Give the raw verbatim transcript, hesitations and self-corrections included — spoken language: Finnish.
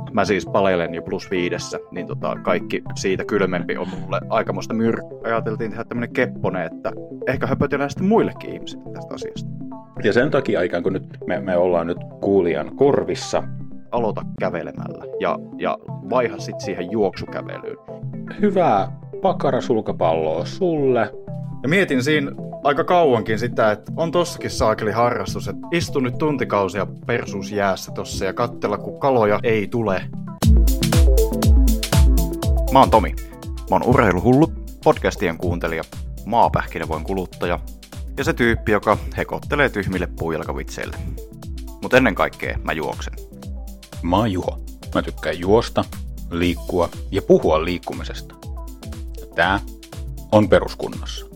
mä siis palelen jo plus viidessä, niin tota, kaikki siitä kylmempi on mulle aikamoista myrkkyä. Ajateltiin tehdä tämmönen kepponen, että ehkä höpötellään sitten muillekin ihmisille tästä asiasta. Ja sen takia ikään kuin nyt me, me ollaan nyt kuulijan korvissa. Aloita kävelemällä ja, ja vaiha sitten siihen juoksukävelyyn. Hyvää pakarasulkapalloa sulle. Ja mietin siinä aika kauankin sitä, että on tossakin saakeli harrastus, että istu nyt tuntikausia persuus jäässä tossa ja katsella, kun kaloja ei tule. Mä oon Tomi. Mä oon urheiluhullu, podcastien kuuntelija, maapähkinävoin kuluttaja ja se tyyppi, joka hekottelee tyhmille puujalkavitseille. Mut ennen kaikkea mä juoksen. Mä oon Juho. Mä tykkään juosta, liikkua ja puhua liikkumisesta. Ja tää on peruskunnossa.